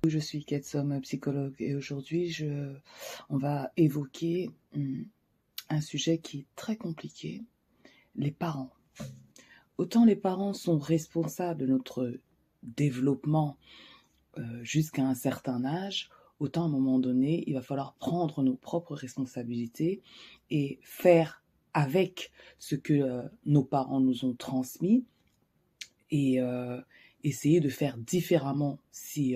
Je suis Ketsom, psychologue, et aujourd'hui, on va évoquer un sujet qui est très compliqué, les parents. Autant les parents sont responsables de notre développement jusqu'à un certain âge, autant à un moment donné, il va falloir prendre nos propres responsabilités et faire avec ce que nos parents nous ont transmis et essayer de faire différemment si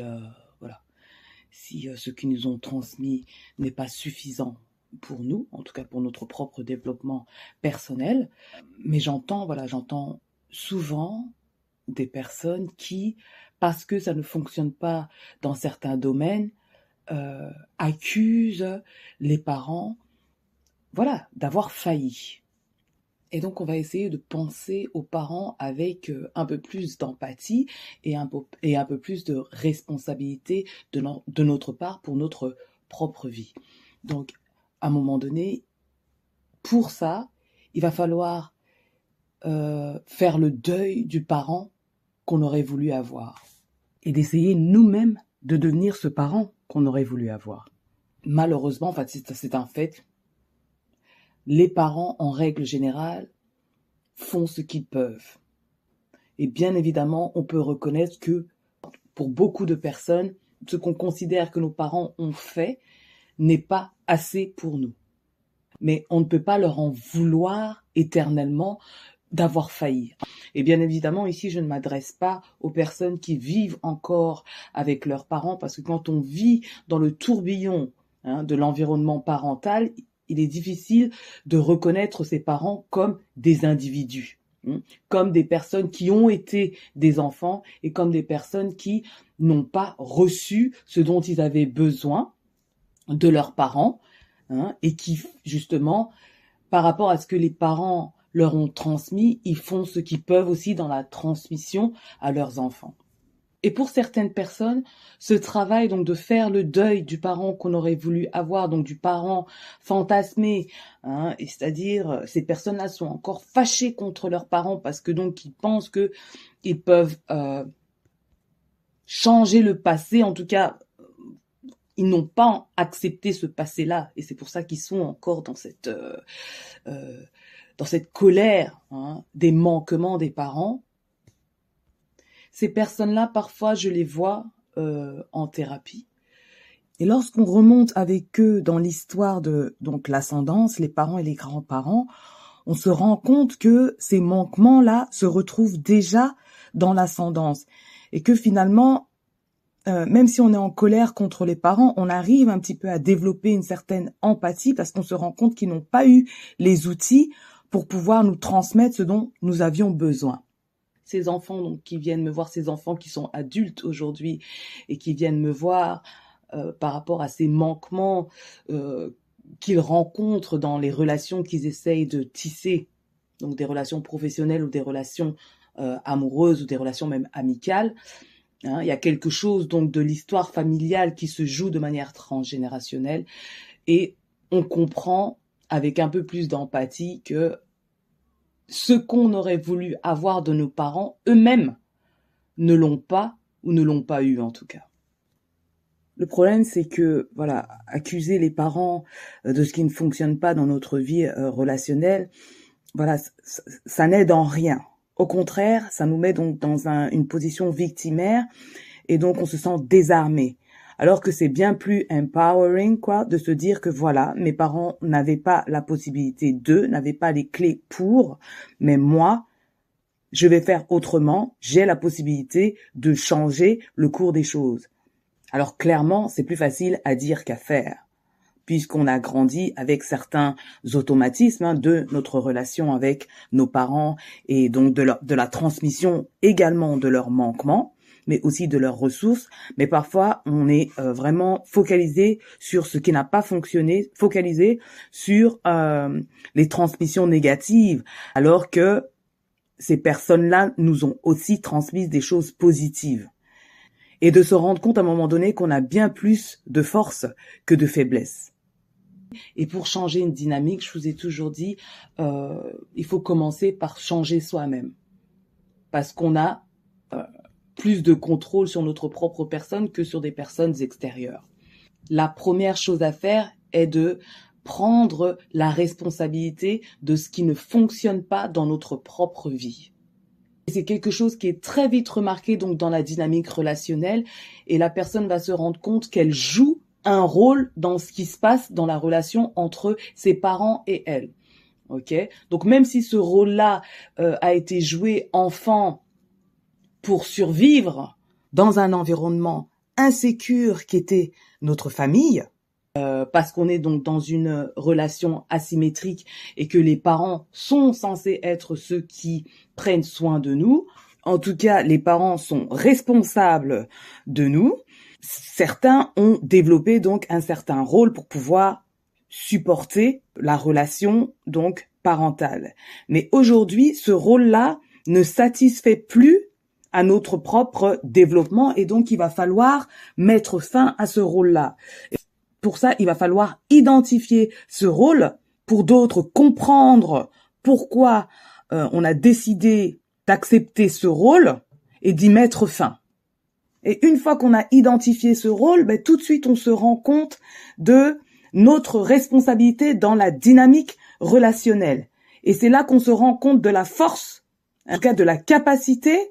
ce qu'ils nous ont transmis n'est pas suffisant pour nous, en tout cas pour notre propre développement personnel. Mais j'entends souvent des personnes qui, parce que ça ne fonctionne pas dans certains domaines, accusent les parents, d'avoir failli. Et donc, on va essayer de penser aux parents avec un peu plus d'empathie et un peu plus de responsabilité de notre part pour notre propre vie. Donc, à un moment donné, pour ça, il va falloir faire le deuil du parent qu'on aurait voulu avoir et d'essayer nous-mêmes de devenir ce parent qu'on aurait voulu avoir. Malheureusement, c'est un fait. Les parents, en règle générale, font ce qu'ils peuvent. Et bien évidemment, on peut reconnaître que pour beaucoup de personnes, ce qu'on considère que nos parents ont fait n'est pas assez pour nous. Mais on ne peut pas leur en vouloir éternellement d'avoir failli. Et bien évidemment, ici, je ne m'adresse pas aux personnes qui vivent encore avec leurs parents, parce que quand on vit dans le tourbillon de l'environnement parental, il est difficile de reconnaître ses parents comme des individus, comme des personnes qui ont été des enfants et comme des personnes qui n'ont pas reçu ce dont ils avaient besoin de leurs parents, et qui, justement, par rapport à ce que les parents leur ont transmis, ils font ce qu'ils peuvent aussi dans la transmission à leurs enfants. Et pour certaines personnes, ce travail donc de faire le deuil du parent qu'on aurait voulu avoir, donc du parent fantasmé, et c'est-à-dire ces personnes-là sont encore fâchées contre leurs parents parce que donc ils pensent que ils peuvent changer le passé, en tout cas ils n'ont pas accepté ce passé-là et c'est pour ça qu'ils sont encore dans cette colère des manquements des parents. Ces personnes-là, parfois, je les vois en thérapie. Et lorsqu'on remonte avec eux dans l'histoire de donc l'ascendance, les parents et les grands-parents, on se rend compte que ces manquements-là se retrouvent déjà dans l'ascendance. Et que finalement, même si on est en colère contre les parents, on arrive un petit peu à développer une certaine empathie parce qu'on se rend compte qu'ils n'ont pas eu les outils pour pouvoir nous transmettre ce dont nous avions besoin. Ces enfants donc qui viennent me voir, ces enfants qui sont adultes aujourd'hui et qui viennent me voir par rapport à ces manquements qu'ils rencontrent dans les relations qu'ils essayent de tisser, donc des relations professionnelles ou des relations amoureuses ou des relations même amicales. Il y a quelque chose donc de l'histoire familiale qui se joue de manière transgénérationnelle et on comprend avec un peu plus d'empathie que ce qu'on aurait voulu avoir de nos parents, eux-mêmes ne l'ont pas ou ne l'ont pas eu en tout cas. Le problème, c'est que, accuser les parents de ce qui ne fonctionne pas dans notre vie relationnelle, ça n'aide en rien. Au contraire, ça nous met donc dans une position victimaire et donc on se sent désarmé. Alors que c'est bien plus empowering, de se dire que mes parents n'avaient pas la possibilité n'avaient pas les clés pour, mais moi, je vais faire autrement, j'ai la possibilité de changer le cours des choses. Alors clairement, c'est plus facile à dire qu'à faire, puisqu'on a grandi avec certains automatismes de notre relation avec nos parents et donc de la transmission également de leurs manquements, mais aussi de leurs ressources. Mais parfois, on est vraiment focalisé sur ce qui n'a pas fonctionné, focalisé sur les transmissions négatives, alors que ces personnes-là nous ont aussi transmis des choses positives. Et de se rendre compte à un moment donné qu'on a bien plus de force que de faiblesse. Et pour changer une dynamique, je vous ai toujours dit, il faut commencer par changer soi-même. Parce qu'on a plus de contrôle sur notre propre personne que sur des personnes extérieures. La première chose à faire est de prendre la responsabilité de ce qui ne fonctionne pas dans notre propre vie. C'est quelque chose qui est très vite remarqué donc dans la dynamique relationnelle et la personne va se rendre compte qu'elle joue un rôle dans ce qui se passe dans la relation entre ses parents et elle. Ok ? Donc même si ce rôle-là a été joué enfant pour survivre dans un environnement insécure qui était notre famille, parce qu'on est donc dans une relation asymétrique et que les parents sont censés être ceux qui prennent soin de nous. En tout cas, les parents sont responsables de nous. Certains ont développé donc un certain rôle pour pouvoir supporter la relation donc parentale. Mais aujourd'hui, ce rôle-là ne satisfait plus à notre propre développement et donc il va falloir mettre fin à ce rôle-là. Pour ça, il va falloir identifier ce rôle, pour d'autres comprendre pourquoi on a décidé d'accepter ce rôle et d'y mettre fin. Et une fois qu'on a identifié ce rôle, tout de suite on se rend compte de notre responsabilité dans la dynamique relationnelle. Et c'est là qu'on se rend compte de la force, en tout cas de la capacité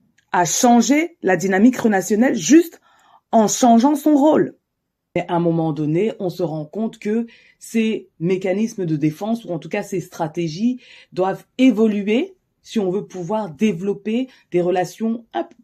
à changer la dynamique relationnelle juste en changeant son rôle. Et à un moment donné, on se rend compte que ces mécanismes de défense, ou en tout cas ces stratégies, doivent évoluer si on veut pouvoir développer des relations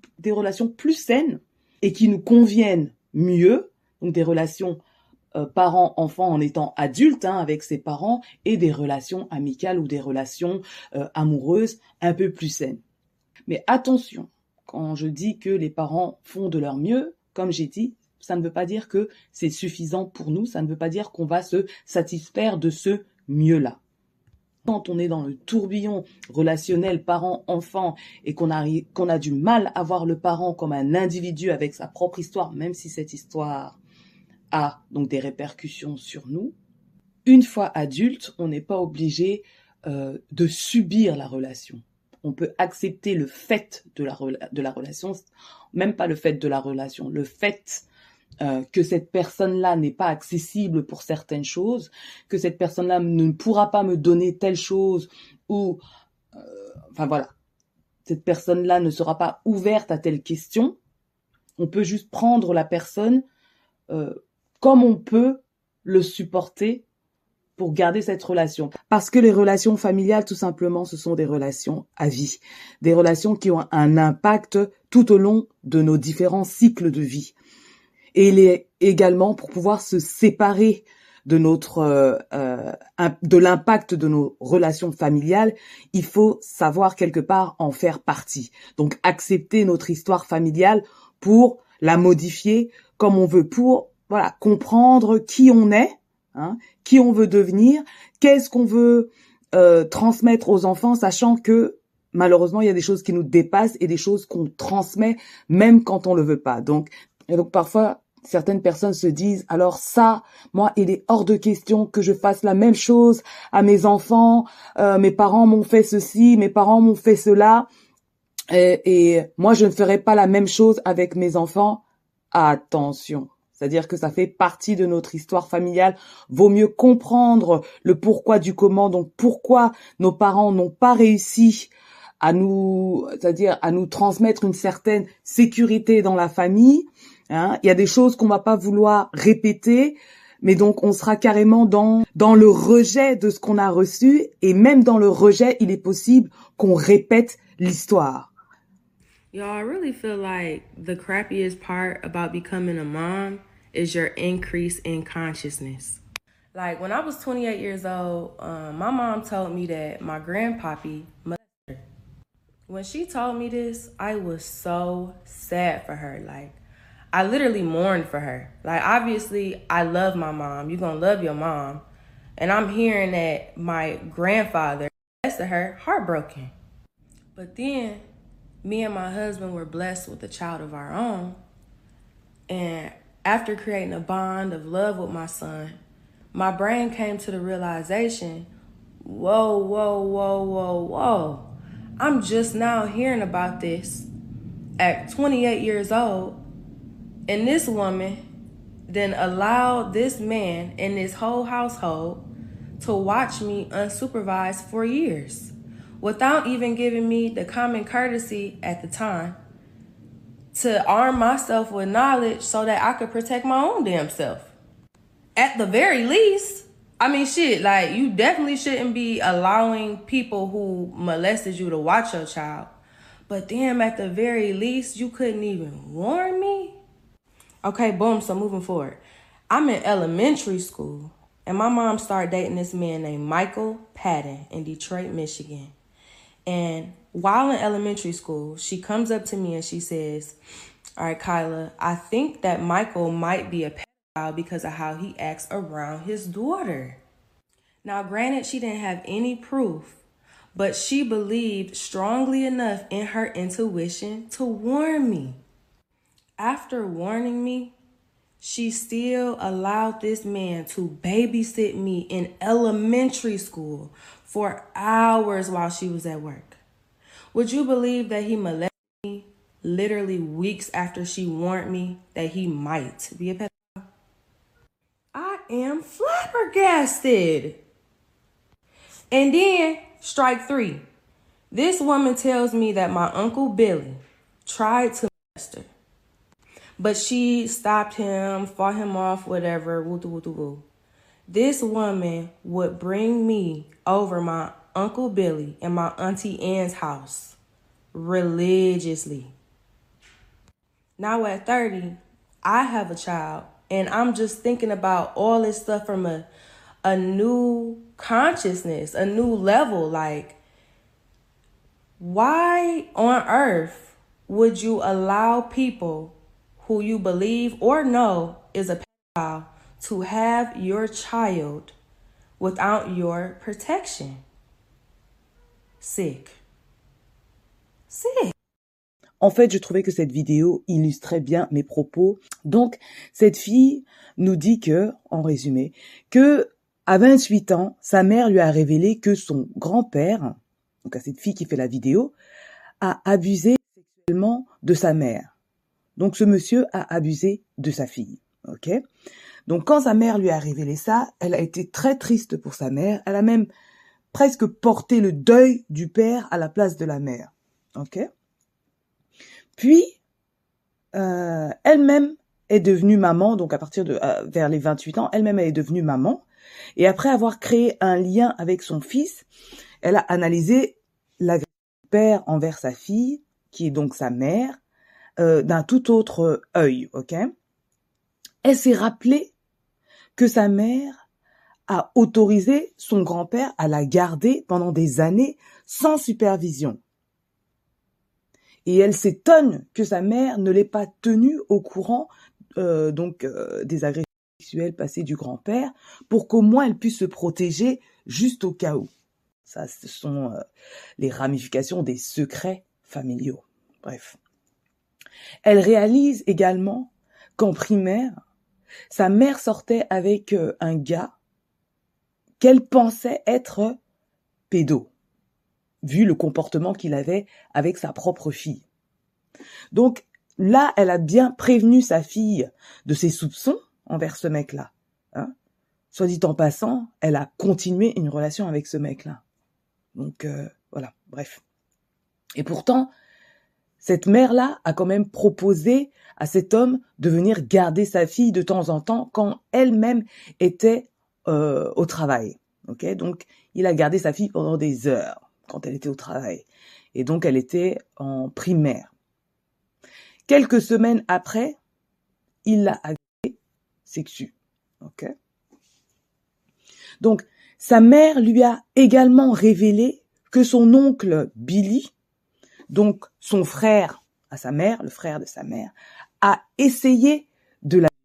plus saines et qui nous conviennent mieux, donc des relations parents-enfants en étant adultes avec ses parents et des relations amicales ou des relations amoureuses un peu plus saines. Mais attention, quand je dis que les parents font de leur mieux, comme j'ai dit, ça ne veut pas dire que c'est suffisant pour nous, ça ne veut pas dire qu'on va se satisfaire de ce mieux-là. Quand on est dans le tourbillon relationnel parent-enfant et qu'on a du mal à voir le parent comme un individu avec sa propre histoire, même si cette histoire a donc des répercussions sur nous, une fois adulte, on n'est pas obligé de subir la relation. On peut accepter le fait de la relation, même pas le fait de la relation, le fait que cette personne-là n'est pas accessible pour certaines choses, que cette personne-là ne pourra pas me donner telle chose, ou enfin voilà, cette personne-là ne sera pas ouverte à telle question. On peut juste prendre la personne comme on peut le supporter pour garder cette relation. Parce que les relations familiales, tout simplement, ce sont des relations à vie. Des relations qui ont un impact tout au long de nos différents cycles de vie. Et également, pour pouvoir se séparer de de l'impact de nos relations familiales, il faut savoir quelque part en faire partie. Donc, accepter notre histoire familiale pour la modifier comme on veut, pour comprendre qui on est, qui on veut devenir, qu'est-ce qu'on veut transmettre aux enfants, sachant que malheureusement il y a des choses qui nous dépassent et des choses qu'on transmet même quand on le veut pas. Donc parfois certaines personnes se disent alors ça, moi il est hors de question que je fasse la même chose à mes enfants, mes parents m'ont fait ceci, mes parents m'ont fait cela, et moi je ne ferai pas la même chose avec mes enfants. Attention. C'est-à-dire que ça fait partie de notre histoire familiale. Vaut mieux comprendre le pourquoi du comment, donc pourquoi nos parents n'ont pas réussi à nous transmettre une certaine sécurité dans la famille. Il y a des choses qu'on va pas vouloir répéter, mais donc on sera carrément dans le rejet de ce qu'on a reçu, et même dans le rejet, il est possible qu'on répète l'histoire. Y'all, I really feel like the crappiest part about becoming a mom is your increase in consciousness. Like, when I was 28 years old, my mom told me that my grandpappy molested her. When she told me this, I was so sad for her. Like, I literally mourned for her. Like, obviously, I love my mom. You're gonna love your mom. And I'm hearing that my grandfather molested her, heartbroken. But then me and my husband were blessed with a child of our own. And after creating a bond of love with my son, my brain came to the realization, whoa. I'm just now hearing about this. at 28 years old, and this woman then allowed this man and this whole household to watch me unsupervised for years without even giving me the common courtesy at the time to arm myself with knowledge so that I could protect my own damn self. At the very least, I mean, shit, like, you definitely shouldn't be allowing people who molested you to watch your child. But damn, at the very least, you couldn't even warn me? Okay, boom, so moving forward. I'm in elementary school, and my mom started dating this man named Michael Patton in Detroit, Michigan. And while in elementary school, she comes up to me and she says, all right, Kyla, I think that Michael might be a pedophile because of how he acts around his daughter. Now, granted, she didn't have any proof, but she believed strongly enough in her intuition to warn me. After warning me, she still allowed this man to babysit me in elementary school for hours while she was at work. Would you believe that he molested me literally weeks after she warned me that he might be a pedophile? I am flabbergasted. And then, strike 3. This woman tells me that my Uncle Billy tried to molest her, but she stopped him, fought him off, whatever, woo-doo-woo-doo-woo. This woman would bring me over my Uncle Billy and my Auntie Ann's house religiously. Now at 30, I have a child, and I'm just thinking about all this stuff from a new consciousness, a new level. Like, why on earth would you allow people who you believe or know is a pedophile to have your child without your protection? Sick. Sick. En fait, je trouvais que cette vidéo illustrait bien mes propos. Donc, cette fille nous dit que, en résumé, que à 28 ans, sa mère lui a révélé que son grand-père, donc à cette fille qui fait la vidéo, a abusé sexuellement de sa mère. Donc, ce monsieur a abusé de sa fille. Ok ? Donc, quand sa mère lui a révélé ça, elle a été très triste pour sa mère. Elle a même presque porté le deuil du père à la place de la mère. Ok ? Puis, elle-même est devenue maman. Donc, à partir de vers les 28 ans, elle-même est devenue maman. Et après avoir créé un lien avec son fils, elle a analysé l'agression du père envers sa fille, qui est donc sa mère, d'un tout autre œil, ok ? Elle s'est rappelée que sa mère a autorisé son grand-père à la garder pendant des années sans supervision. Et elle s'étonne que sa mère ne l'ait pas tenue au courant des agressions sexuelles passées du grand-père pour qu'au moins elle puisse se protéger juste au cas où. Ça, ce sont les ramifications des secrets familiaux. Bref. Elle réalise également qu'en primaire, sa mère sortait avec un gars qu'elle pensait être pédo, vu le comportement qu'il avait avec sa propre fille. Donc là, elle a bien prévenu sa fille de ses soupçons envers ce mec-là. Hein. Soit dit en passant, elle a continué une relation avec ce mec-là. Donc voilà, bref. Et pourtant, cette mère-là a quand même proposé à cet homme de venir garder sa fille de temps en temps quand elle-même était au travail. Okay ? Donc, il a gardé sa fille pendant des heures quand elle était au travail. Et donc, elle était en primaire. Quelques semaines après, il l'a agressée sexuelle. Okay ? Donc, sa mère lui a également révélé que son oncle Billy, donc son frère à sa mère, le frère de sa mère, a essayé de la...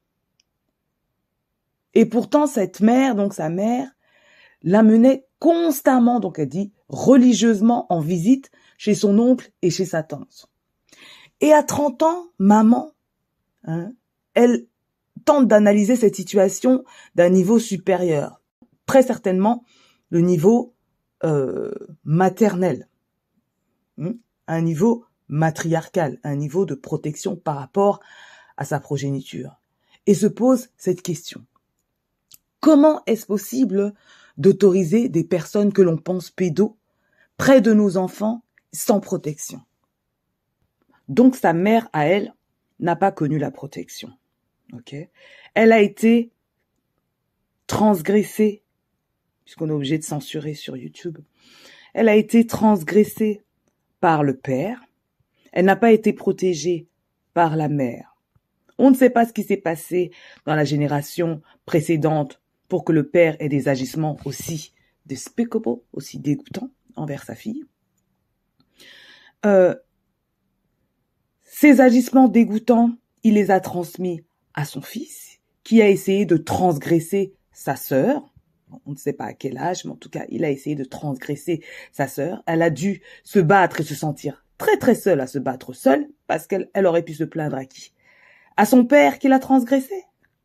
Et pourtant, cette mère, donc sa mère, l'amenait constamment, donc elle dit religieusement, en visite chez son oncle et chez sa tante. Et à 30 ans, maman, elle tente d'analyser cette situation d'un niveau supérieur. Très certainement le niveau maternel. Un niveau matriarcal, un niveau de protection par rapport à sa progéniture. Et se pose cette question. Comment est-ce possible d'autoriser des personnes que l'on pense pédos près de nos enfants sans protection? Donc sa mère, à elle, n'a pas connu la protection. Okay. Elle a été transgressée, puisqu'on est obligé de censurer sur YouTube, elle a été transgressée par le père, elle n'a pas été protégée par la mère. On ne sait pas ce qui s'est passé dans la génération précédente pour que le père ait des agissements aussi despicable, aussi dégoûtants envers sa fille. Ces agissements dégoûtants, il les a transmis à son fils, qui a essayé de transgresser sa sœur. On ne sait pas à quel âge, mais en tout cas, il a essayé de transgresser sa sœur. Elle a dû se battre et se sentir très très seule à se battre seule, parce qu'elle aurait pu se plaindre à qui? À son père qui l'a transgressé?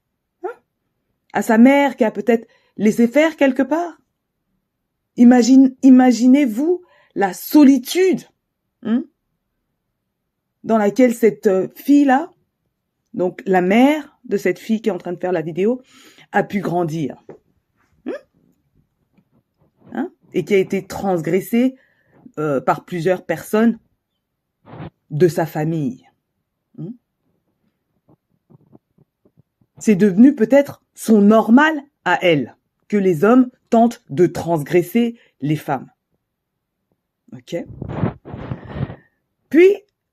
À sa mère qui a peut-être laissé faire quelque part? Imaginez-vous la solitude dans laquelle cette fille-là, donc la mère de cette fille qui est en train de faire la vidéo, a pu grandir. Et qui a été transgressée par plusieurs personnes de sa famille. C'est devenu peut-être son normal à elle, que les hommes tentent de transgresser les femmes. Ok. Puis,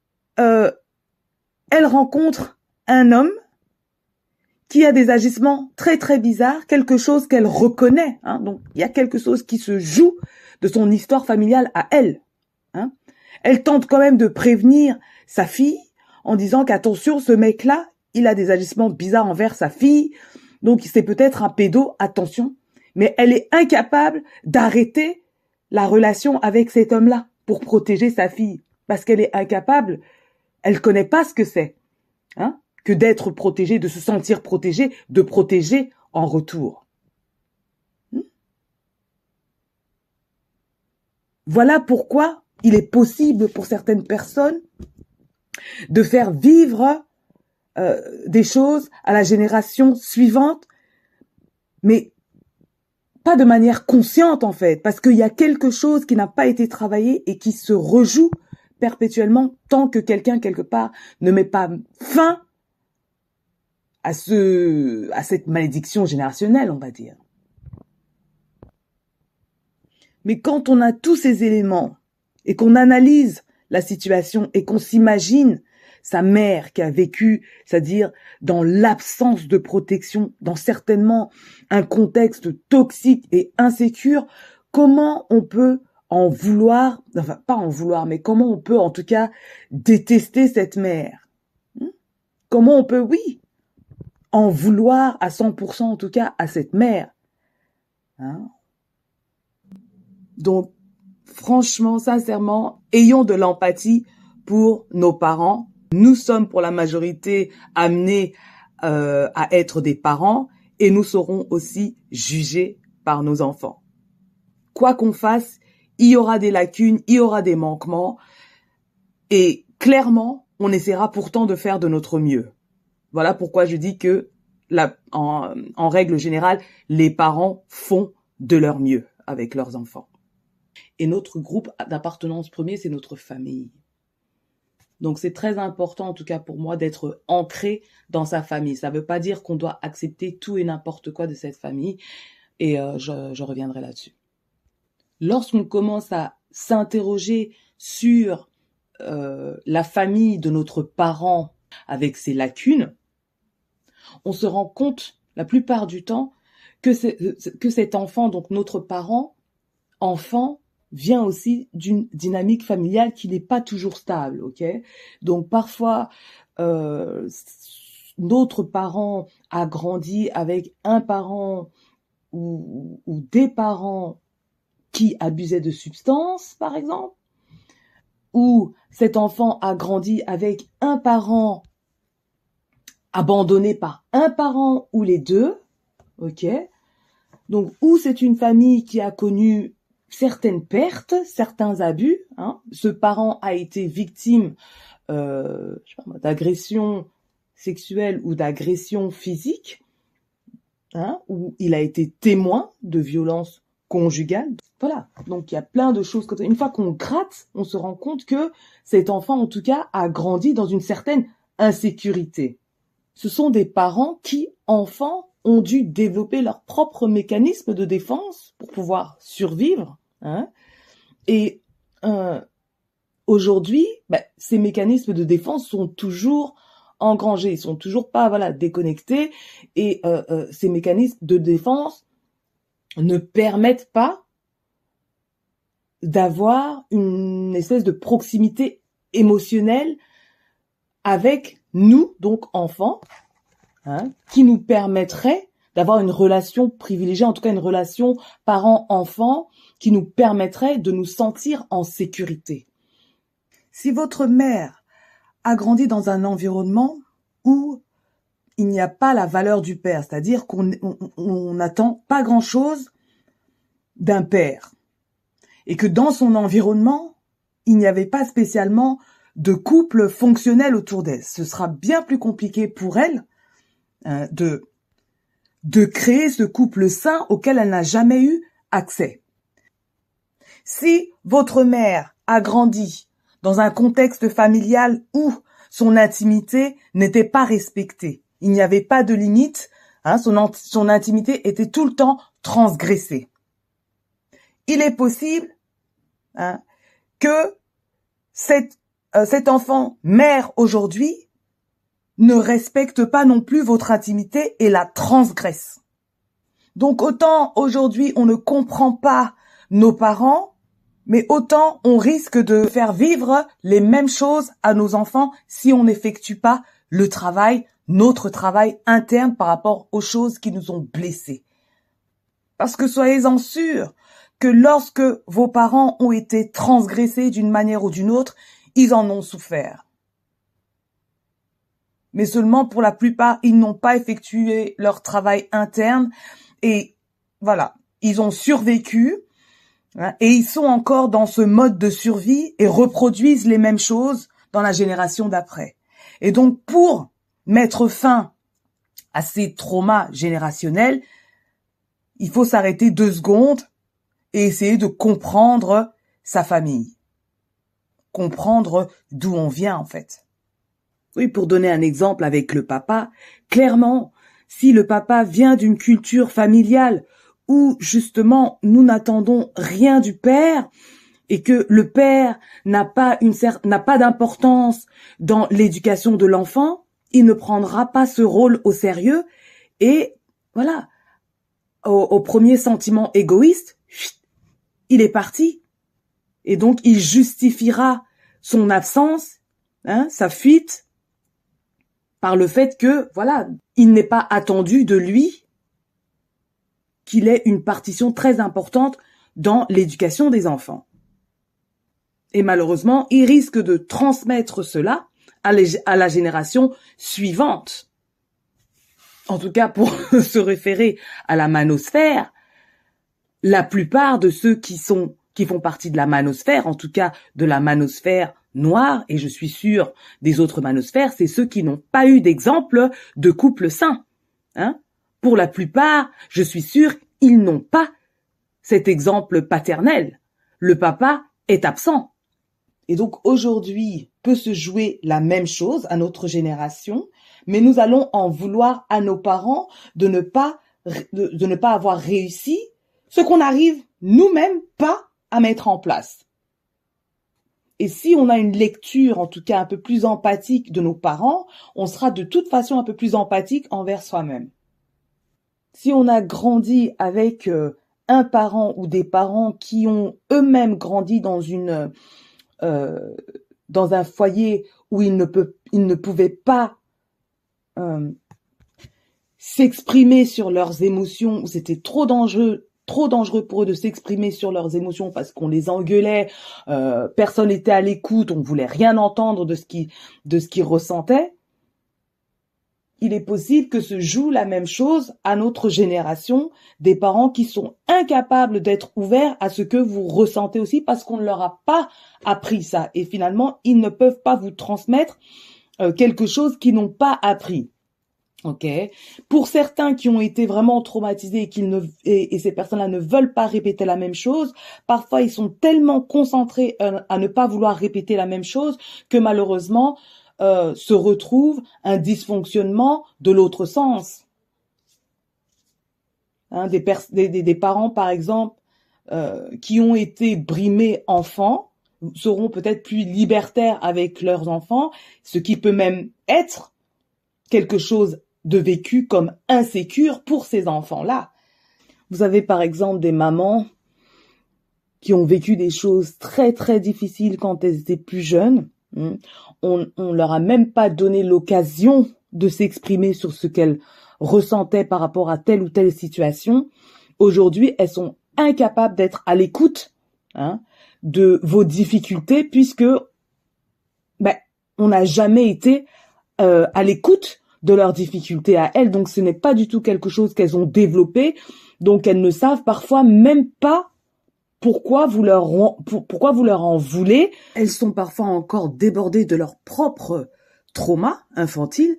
elle rencontre un homme qui a des agissements très très bizarres, quelque chose qu'elle reconnaît. Donc, il y a quelque chose qui se joue de son histoire familiale à elle. Elle tente quand même de prévenir sa fille en disant qu'attention, ce mec-là, il a des agissements bizarres envers sa fille, donc c'est peut-être un pédo, attention. Mais elle est incapable d'arrêter la relation avec cet homme-là pour protéger sa fille. Parce qu'elle est incapable, elle connaît pas ce que c'est, que d'être protégée, de se sentir protégée, de protéger en retour. Voilà pourquoi il est possible pour certaines personnes de faire vivre des choses à la génération suivante, mais pas de manière consciente en fait, parce qu'il y a quelque chose qui n'a pas été travaillé et qui se rejoue perpétuellement tant que quelqu'un quelque part ne met pas fin à cette malédiction générationnelle, on va dire. Mais quand on a tous ces éléments et qu'on analyse la situation et qu'on s'imagine sa mère qui a vécu, c'est-à-dire dans l'absence de protection, dans certainement un contexte toxique et insécure, comment on peut en vouloir, enfin pas en vouloir, mais comment on peut en tout cas détester cette mère? Comment on peut, oui, en vouloir à 100% en tout cas à cette mère? Donc, franchement, sincèrement, ayons de l'empathie pour nos parents. Nous sommes pour la majorité amenés à être des parents et nous serons aussi jugés par nos enfants. Quoi qu'on fasse, il y aura des lacunes, il y aura des manquements et clairement, on essaiera pourtant de faire de notre mieux. Voilà pourquoi je dis que en règle générale, les parents font de leur mieux avec leurs enfants. Et notre groupe d'appartenance premier, c'est notre famille. Donc c'est très important, en tout cas pour moi, d'être ancré dans sa famille. Ça ne veut pas dire qu'on doit accepter tout et n'importe quoi de cette famille. Et je reviendrai là-dessus. Lorsqu'on commence à s'interroger sur la famille de notre parent avec ses lacunes, on se rend compte, la plupart du temps, que cet enfant, donc notre parent, enfant, vient aussi d'une dynamique familiale qui n'est pas toujours stable, ok? Donc parfois, notre parent a grandi avec un parent ou des parents qui abusaient de substances, par exemple, ou cet enfant a grandi avec un parent abandonné par un parent ou les deux, ok? Donc, ou c'est une famille qui a connu certaines pertes, certains abus. Hein. Ce parent a été victime d'agression sexuelle ou d'agression physique, hein, ou il a été témoin de violences conjugales. Voilà, donc il y a plein de choses. Une fois qu'on gratte, on se rend compte que cet enfant, en tout cas, a grandi dans une certaine insécurité. Ce sont des parents qui, enfants, ont dû développer leur propre mécanisme de défense pour pouvoir survivre. Hein. Et aujourd'hui, ces mécanismes de défense sont toujours engrangés, ils sont toujours pas déconnectés, et ces mécanismes de défense ne permettent pas d'avoir une espèce de proximité émotionnelle avec nous, donc enfants, hein, qui nous permettrait d'avoir une relation privilégiée, en tout cas une relation parent-enfant, qui nous permettrait de nous sentir en sécurité. Si votre mère a grandi dans un environnement où il n'y a pas la valeur du père, c'est-à-dire qu'on n'attend pas grand-chose d'un père, et que dans son environnement, il n'y avait pas spécialement de couple fonctionnel autour d'elle, ce sera bien plus compliqué pour elle de créer ce couple sain auquel elle n'a jamais eu accès. Si votre mère a grandi dans un contexte familial où son intimité n'était pas respectée, il n'y avait pas de limite, hein, son intimité était tout le temps transgressée. Il est possible que cet enfant, mère aujourd'hui, ne respecte pas non plus votre intimité et la transgresse. Donc autant aujourd'hui on ne comprend pas nos parents, mais autant on risque de faire vivre les mêmes choses à nos enfants si on n'effectue pas le travail, notre travail interne par rapport aux choses qui nous ont blessés. Parce que soyez-en sûrs que lorsque vos parents ont été transgressés d'une manière ou d'une autre, ils en ont souffert. Mais seulement pour la plupart, ils n'ont pas effectué leur travail interne et voilà, ils ont survécu et ils sont encore dans ce mode de survie et reproduisent les mêmes choses dans la génération d'après. Et donc pour mettre fin à ces traumas générationnels, il faut s'arrêter 2 secondes et essayer de comprendre sa famille. Comprendre d'où on vient en fait. Oui, pour donner un exemple avec le papa, clairement, si le papa vient d'une culture familiale où justement nous n'attendons rien du père et que le père n'a pas d'importance dans l'éducation de l'enfant, il ne prendra pas ce rôle au sérieux et voilà, au premier sentiment égoïste, il est parti et donc il justifiera son absence, sa fuite, par le fait que, voilà, il n'est pas attendu de lui qu'il ait une partition très importante dans l'éducation des enfants. Et malheureusement, il risque de transmettre cela à la génération suivante. En tout cas, pour se référer à la manosphère, la plupart de ceux qui font partie de la manosphère, en tout cas de la manosphère noire, et je suis sûre des autres manosphères, c'est ceux qui n'ont pas eu d'exemple de couple sain. Pour la plupart, je suis sûre, ils n'ont pas cet exemple paternel. Le papa est absent. Et donc aujourd'hui peut se jouer la même chose à notre génération, mais nous allons en vouloir à nos parents de ne pas avoir réussi ce qu'on n'arrive nous-mêmes pas à mettre en place. Et si on a une lecture, en tout cas un peu plus empathique de nos parents, on sera de toute façon un peu plus empathique envers soi-même. Si on a grandi avec un parent ou des parents qui ont eux-mêmes grandi dans un foyer où ils ne pouvaient pas s'exprimer sur leurs émotions, où c'était trop dangereux pour eux de s'exprimer sur leurs émotions parce qu'on les engueulait, personne n'était à l'écoute, on voulait rien entendre de ce qu'ils ressentaient. il est possible que se joue la même chose à notre génération, des parents qui sont incapables d'être ouverts à ce que vous ressentez aussi parce qu'on ne leur a pas appris ça. Et finalement, ils ne peuvent pas vous transmettre quelque chose qu'ils n'ont pas appris. Ok. Pour certains qui ont été vraiment traumatisés et ces personnes-là ne veulent pas répéter la même chose, parfois ils sont tellement concentrés à ne pas vouloir répéter la même chose que malheureusement se retrouve un dysfonctionnement de l'autre sens. Hein, des parents, par exemple, qui ont été brimés enfants, seront peut-être plus libertaires avec leurs enfants, ce qui peut même être quelque chose de vécu comme insécure pour ces enfants-là. Vous avez par exemple des mamans qui ont vécu des choses très très difficiles quand elles étaient plus jeunes. On leur a même pas donné l'occasion de s'exprimer sur ce qu'elles ressentaient par rapport à telle ou telle situation. Aujourd'hui, elles sont incapables d'être à l'écoute de vos difficultés puisque on n'a jamais été à l'écoute de leurs difficultés à elles. Donc ce n'est pas du tout quelque chose qu'elles ont développé. Donc elles ne savent parfois même pas pourquoi vous leur en voulez. Elles sont parfois encore débordées de leur propre trauma infantile,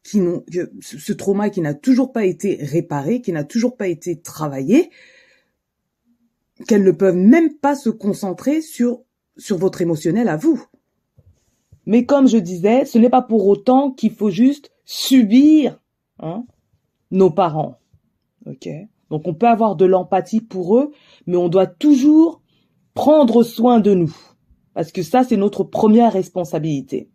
ce trauma qui n'a toujours pas été réparé, qui n'a toujours pas été travaillé, qu'elles ne peuvent même pas se concentrer sur votre émotionnel à vous. Mais comme je disais, ce n'est pas pour autant qu'il faut juste subir nos parents. Ok. Donc on peut avoir de l'empathie pour eux, mais on doit toujours prendre soin de nous. Parce que ça, c'est notre première responsabilité.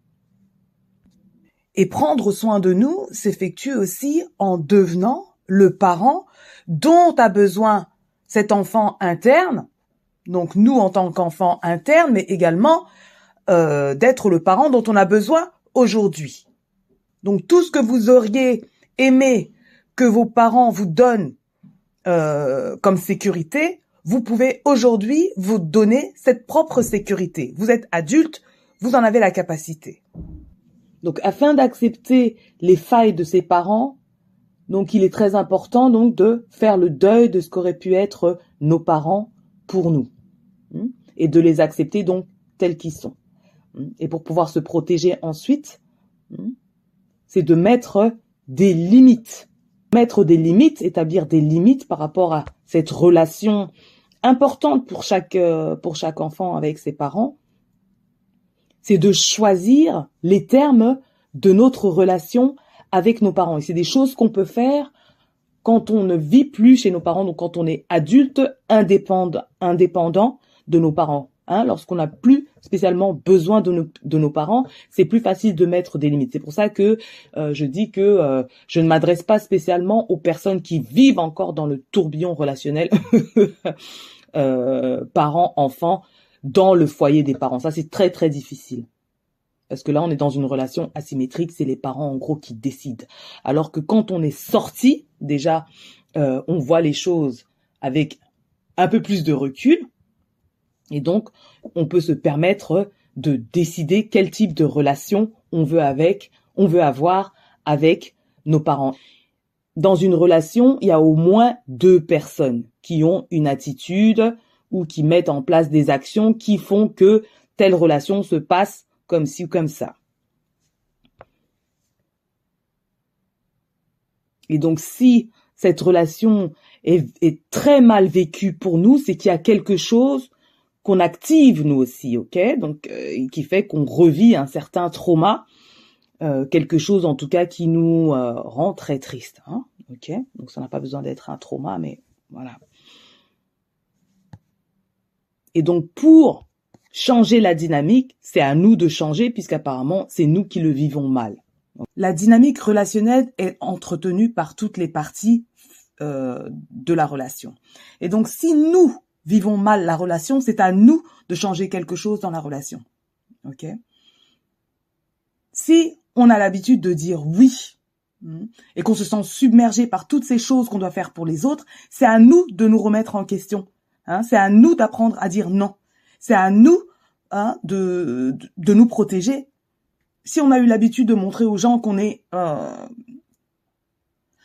Et prendre soin de nous s'effectue aussi en devenant le parent dont a besoin cet enfant interne, donc nous en tant qu'enfant interne, mais également d'être le parent dont on a besoin aujourd'hui. Donc tout ce que vous auriez aimé que vos parents vous donnent comme sécurité, vous pouvez aujourd'hui vous donner cette propre sécurité. Vous êtes adulte, vous en avez la capacité. Donc afin d'accepter les failles de ses parents, donc il est très important donc de faire le deuil de ce qu'auraient pu être nos parents pour nous et de les accepter donc tels qu'ils sont. Et pour pouvoir se protéger ensuite, c'est de mettre des limites. Mettre des limites, établir des limites par rapport à cette relation importante pour chaque enfant avec ses parents. C'est de choisir les termes de notre relation avec nos parents. Et c'est des choses qu'on peut faire quand on ne vit plus chez nos parents, donc quand on est adulte, indépendant de nos parents. Lorsqu'on n'a plus spécialement besoin de nos parents, c'est plus facile de mettre des limites. C'est pour ça que je dis que je ne m'adresse pas spécialement aux personnes qui vivent encore dans le tourbillon relationnel parents-enfants dans le foyer des parents. Ça, c'est très, très difficile. Parce que là, on est dans une relation asymétrique, c'est les parents en gros qui décident. Alors que quand on est sorti, déjà, on voit les choses avec un peu plus de recul. Et donc, on peut se permettre de décider quel type de relation on veut avoir avec nos parents. Dans une relation, il y a au moins 2 personnes qui ont une attitude ou qui mettent en place des actions qui font que telle relation se passe comme ci ou comme ça. Et donc, si cette relation est très mal vécue pour nous, c'est qu'il y a quelque chose qu'on active nous aussi, ok? Donc, qui fait qu'on revit un certain trauma, quelque chose en tout cas qui nous rend très triste, ok? Donc, ça n'a pas besoin d'être un trauma, mais voilà. Et donc, pour changer la dynamique, c'est à nous de changer puisqu'apparemment, c'est nous qui le vivons mal. Donc, la dynamique relationnelle est entretenue par toutes les parties de la relation. Et donc, si nous vivons mal la relation, c'est à nous de changer quelque chose dans la relation. Ok? Si on a l'habitude de dire oui et qu'on se sent submergé par toutes ces choses qu'on doit faire pour les autres, c'est à nous de nous remettre en question. C'est à nous d'apprendre à dire non. C'est à nous de nous protéger. Si on a eu l'habitude de montrer aux gens qu'on est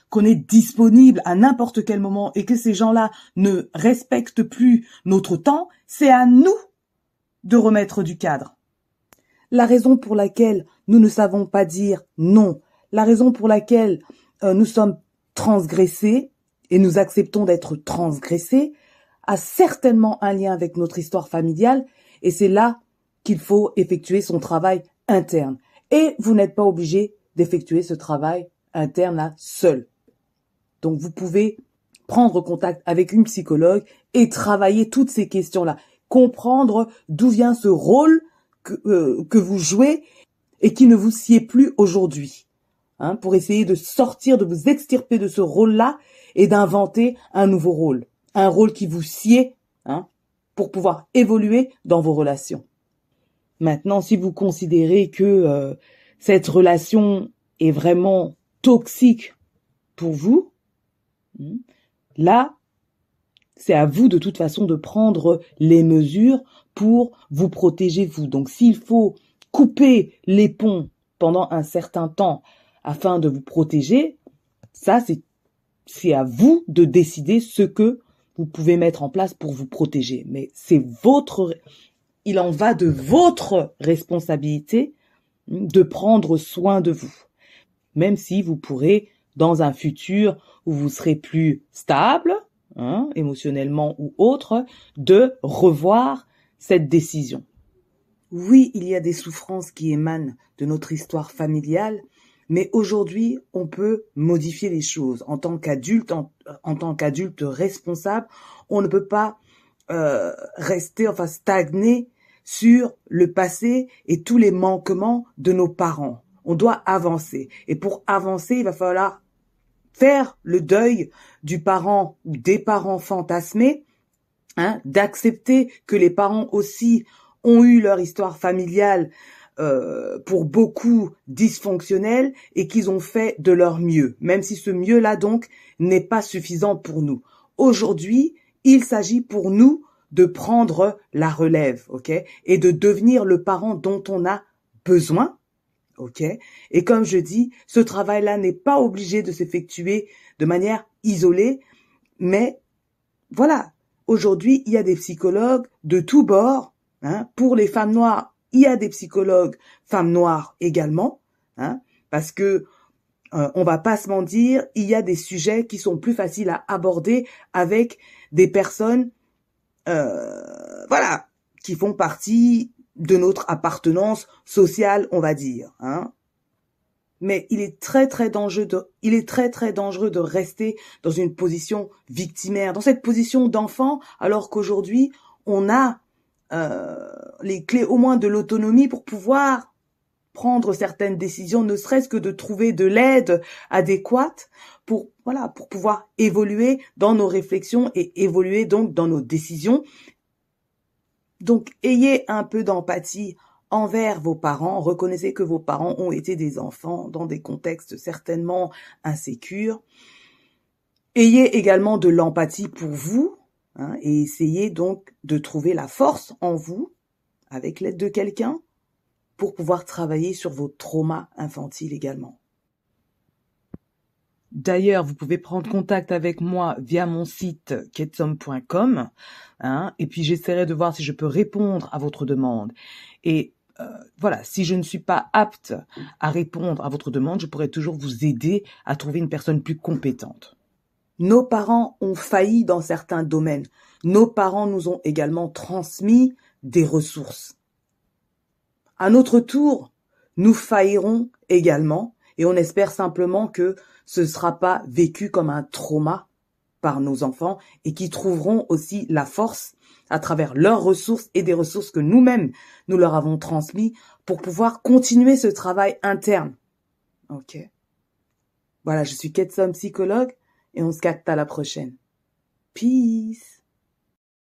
qu'on est disponible à n'importe quel moment et que ces gens-là ne respectent plus notre temps, c'est à nous de remettre du cadre. La raison pour laquelle nous ne savons pas dire non, la raison pour laquelle nous sommes transgressés et nous acceptons d'être transgressés a certainement un lien avec notre histoire familiale et c'est là qu'il faut effectuer son travail interne. Et vous n'êtes pas obligé d'effectuer ce travail interne là seul. Donc vous pouvez prendre contact avec une psychologue et travailler toutes ces questions-là. Comprendre d'où vient ce rôle que vous jouez et qui ne vous sied plus aujourd'hui. Pour essayer de sortir, de vous extirper de ce rôle-là et d'inventer un nouveau rôle. Un rôle qui vous sied pour pouvoir évoluer dans vos relations. Maintenant, si vous considérez que cette relation est vraiment toxique pour vous, là, c'est à vous de toute façon de prendre les mesures pour vous protéger vous. Donc s'il faut couper les ponts pendant un certain temps afin de vous protéger, ça c'est à vous de décider ce que vous pouvez mettre en place pour vous protéger. Mais il en va de votre responsabilité de prendre soin de vous. Même si vous pourrez, dans un futur où vous serez plus stable, émotionnellement ou autre, de revoir cette décision. Oui, il y a des souffrances qui émanent de notre histoire familiale, mais aujourd'hui, on peut modifier les choses. En tant qu'adulte, en tant qu'adulte responsable, on ne peut pas stagner sur le passé et tous les manquements de nos parents. On doit avancer. Et pour avancer, il va falloir faire le deuil du parent ou des parents fantasmés, d'accepter que les parents aussi ont eu leur histoire familiale pour beaucoup dysfonctionnelle et qu'ils ont fait de leur mieux, même si ce mieux-là donc n'est pas suffisant pour nous. Aujourd'hui, il s'agit pour nous de prendre la relève, ok, et de devenir le parent dont on a besoin. Ok. Et comme je dis, ce travail-là n'est pas obligé de s'effectuer de manière isolée, mais voilà. Aujourd'hui, il y a des psychologues de tous bords. Pour les femmes noires, il y a des psychologues femmes noires également, parce que on va pas se mentir, il y a des sujets qui sont plus faciles à aborder avec des personnes, qui font partie de notre appartenance sociale, on va dire, Mais il est très très dangereux de rester dans une position victimaire, dans cette position d'enfant, alors qu'aujourd'hui, on a les clés au moins de l'autonomie pour pouvoir prendre certaines décisions, ne serait-ce que de trouver de l'aide adéquate pour pouvoir évoluer dans nos réflexions et évoluer donc dans nos décisions. Donc, ayez un peu d'empathie envers vos parents. Reconnaissez que vos parents ont été des enfants dans des contextes certainement insécures. Ayez également de l'empathie pour vous, et essayez donc de trouver la force en vous, avec l'aide de quelqu'un, pour pouvoir travailler sur vos traumas infantiles également. D'ailleurs, vous pouvez prendre contact avec moi via mon site ketsom.com, et puis j'essaierai de voir si je peux répondre à votre demande. Et si je ne suis pas apte à répondre à votre demande, je pourrais toujours vous aider à trouver une personne plus compétente. Nos parents ont failli dans certains domaines. Nos parents nous ont également transmis des ressources. À notre tour, nous faillirons également, et on espère simplement que ce ne sera pas vécu comme un trauma par nos enfants et qui trouveront aussi la force à travers leurs ressources et des ressources que nous-mêmes, nous leur avons transmis pour pouvoir continuer ce travail interne. Ok. Voilà, je suis Ketsom, psychologue, et on se capte à la prochaine. Peace.